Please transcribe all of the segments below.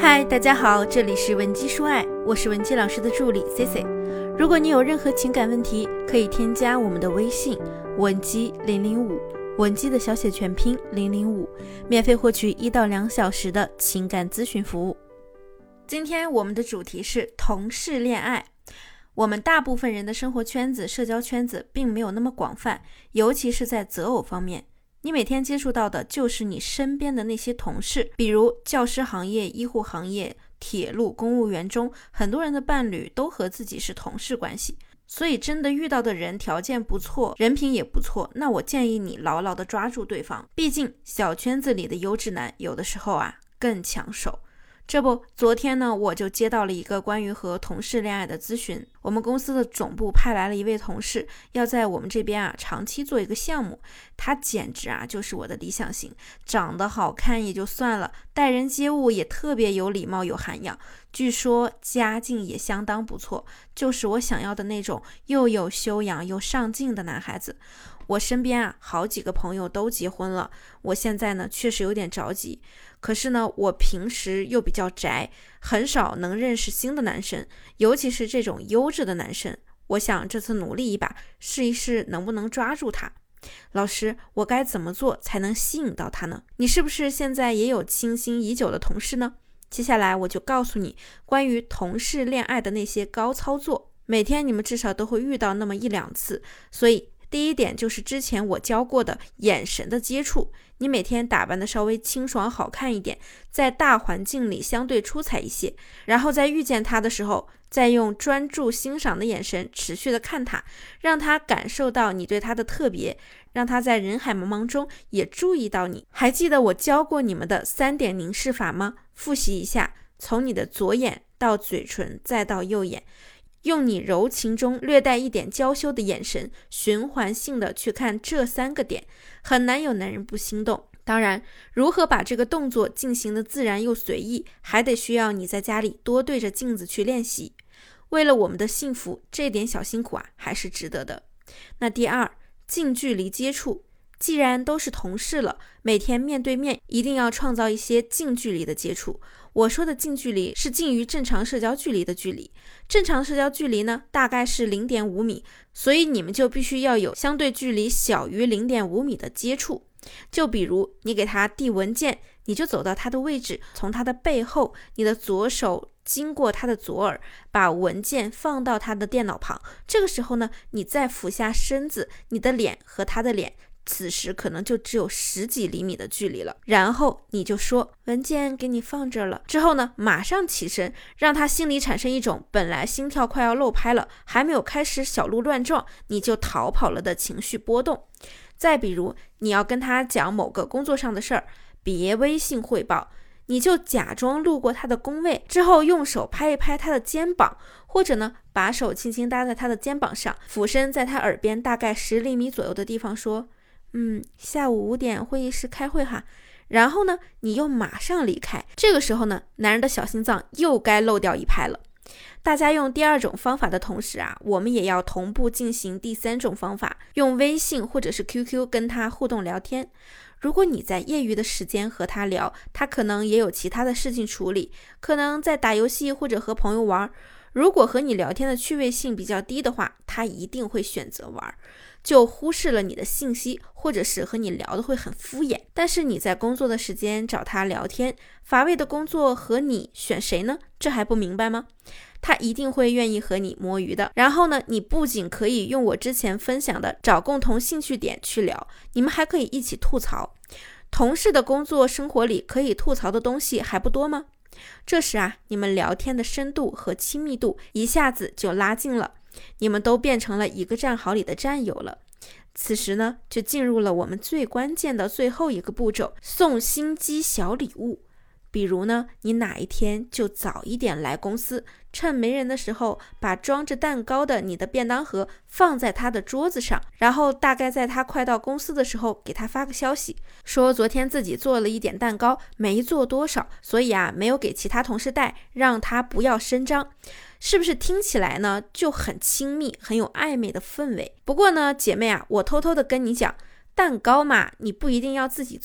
嗨，大家好，这里是文姬说爱，我是文姬老师的助理 Cici。如果你有任何情感问题，可以添加我们的微信文姬005，文姬的小写全拼005，免费获取1到2小时的情感咨询服务。今天我们的主题是同事恋爱。我们大部分人的生活圈子、社交圈子并没有那么广泛，尤其是在择偶方面。你每天接触到的就是你身边的那些同事，比如教师行业、医护行业、铁路、公务员中，很多人的伴侣都和自己是同事关系。所以真的遇到的人条件不错，人品也不错，那我建议你牢牢地抓住对方。毕竟小圈子里的优质男有的时候更抢手。这不，昨天呢，我就接到了一个关于和同事恋爱的咨询。我们公司的总部派来了一位同事，要在我们这边长期做一个项目。他简直就是我的理想型，长得好看也就算了，待人接物也特别有礼貌有涵养，据说家境也相当不错，就是我想要的那种又有修养又上进的男孩子。我身边好几个朋友都结婚了，我现在呢确实有点着急。可是呢，我平时又比较宅，很少能认识新的男生，尤其是这种优质的男生。我想这次努力一把，试一试能不能抓住他。老师，我该怎么做才能吸引到他呢？你是不是现在也有倾心已久的同事呢？接下来我就告诉你关于同事恋爱的那些高操作，每天你们至少都会遇到那么1-2次。所以第一点就是之前我教过的眼神的接触，你每天打扮的稍微清爽好看一点，在大环境里相对出彩一些，然后在遇见他的时候，再用专注欣赏的眼神持续的看他，让他感受到你对他的特别，让他在人海茫茫中也注意到你。还记得我教过你们的3点凝视法吗？复习一下，从你的左眼到嘴唇再到右眼，用你柔情中略带一点娇羞的眼神，循环性的去看这3个点，很难有男人不心动。当然，如何把这个动作进行的自然又随意，还得需要你在家里多对着镜子去练习。为了我们的幸福，这点小辛苦还是值得的。那第2，近距离接触。既然都是同事了，每天面对面，一定要创造一些近距离的接触。我说的近距离是近于正常社交距离的距离，正常社交距离呢大概是0.5米，所以你们就必须要有相对距离小于0.5米的接触。就比如你给他递文件，你就走到他的位置，从他的背后，你的左手经过他的左耳，把文件放到他的电脑旁。这个时候呢，你再俯下身子，你的脸和他的脸此时可能就只有10几厘米的距离了，然后你就说文件给你放这儿了，之后呢马上起身，让他心里产生一种本来心跳快要漏拍了，还没有开始小鹿乱撞你就逃跑了的情绪波动。再比如你要跟他讲某个工作上的事儿，别微信汇报，你就假装路过他的工位，之后用手拍一拍他的肩膀，或者呢把手轻轻搭在他的肩膀上，俯身在他耳边大概10厘米左右的地方说下午5点会议室开会哈，然后呢你又马上离开。这个时候呢，男人的小心脏又该漏掉一拍了。大家用第2种方法的同时我们也要同步进行第3种方法，用微信或者是 QQ 跟他互动聊天。如果你在业余的时间和他聊，他可能也有其他的事情处理，可能在打游戏或者和朋友玩。如果和你聊天的趣味性比较低的话，他一定会选择玩，就忽视了你的信息，或者是和你聊的会很敷衍。但是你在工作的时间找他聊天，乏味的工作和你选谁呢？这还不明白吗？他一定会愿意和你摸鱼的。然后呢，你不仅可以用我之前分享的找共同兴趣点去聊，你们还可以一起吐槽。同事的工作生活里可以吐槽的东西还不多吗？这时你们聊天的深度和亲密度一下子就拉近了，你们都变成了一个战壕里的战友了。此时呢，就进入了我们最关键的最后一个步骤，送心机小礼物。比如呢，你哪一天就早一点来公司，趁没人的时候，把装着蛋糕的你的便当盒放在他的桌子上，然后大概在他快到公司的时候给他发个消息，说昨天自己做了一点蛋糕，没做多少，所以没有给其他同事带，让他不要声张。是不是听起来呢就很亲密，很有暧昧的氛围？不过呢，姐妹我偷偷的跟你讲，蛋糕嘛，你不一定要自己做，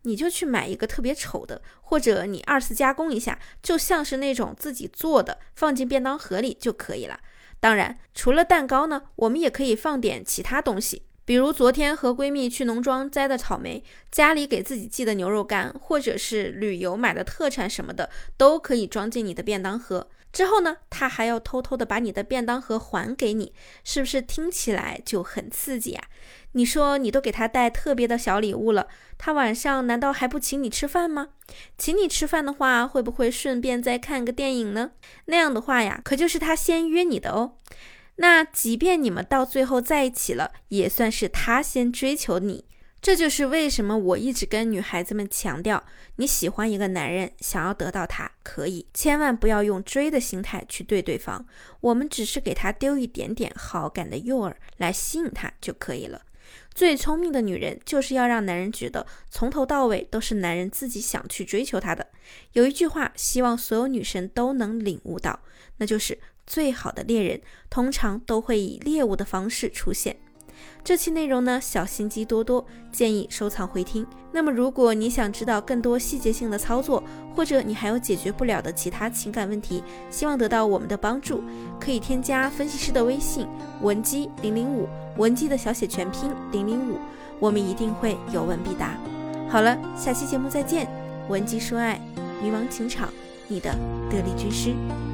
你就去买一个特别丑的，或者你2次加工一下，就像是那种自己做的，放进便当盒里就可以了。当然，除了蛋糕呢，我们也可以放点其他东西，比如昨天和闺蜜去农庄摘的草莓，家里给自己寄的牛肉干，或者是旅游买的特产什么的，都可以装进你的便当盒。之后呢，他还要偷偷的把你的便当盒还给你，是不是听起来就很刺激啊？你说你都给他带特别的小礼物了，他晚上难道还不请你吃饭吗？请你吃饭的话，会不会顺便再看个电影呢？那样的话呀，可就是他先约你的哦。那即便你们到最后在一起了，也算是他先追求你。这就是为什么我一直跟女孩子们强调，你喜欢一个男人，想要得到他，可以，千万不要用追的心态去对对方，我们只是给他丢一点点好感的诱饵来吸引他就可以了。最聪明的女人就是要让男人觉得从头到尾都是男人自己想去追求她的。有一句话希望所有女生都能领悟到，那就是最好的猎人通常都会以猎物的方式出现。这期内容呢，小心机多多，建议收藏回听。那么如果你想知道更多细节性的操作，或者你还有解决不了的其他情感问题，希望得到我们的帮助，可以添加分析师的微信文姬005，文姬的小写全拼005，我们一定会有问必答。好了，下期节目再见。文姬说爱，迷茫情场，你的得力军师。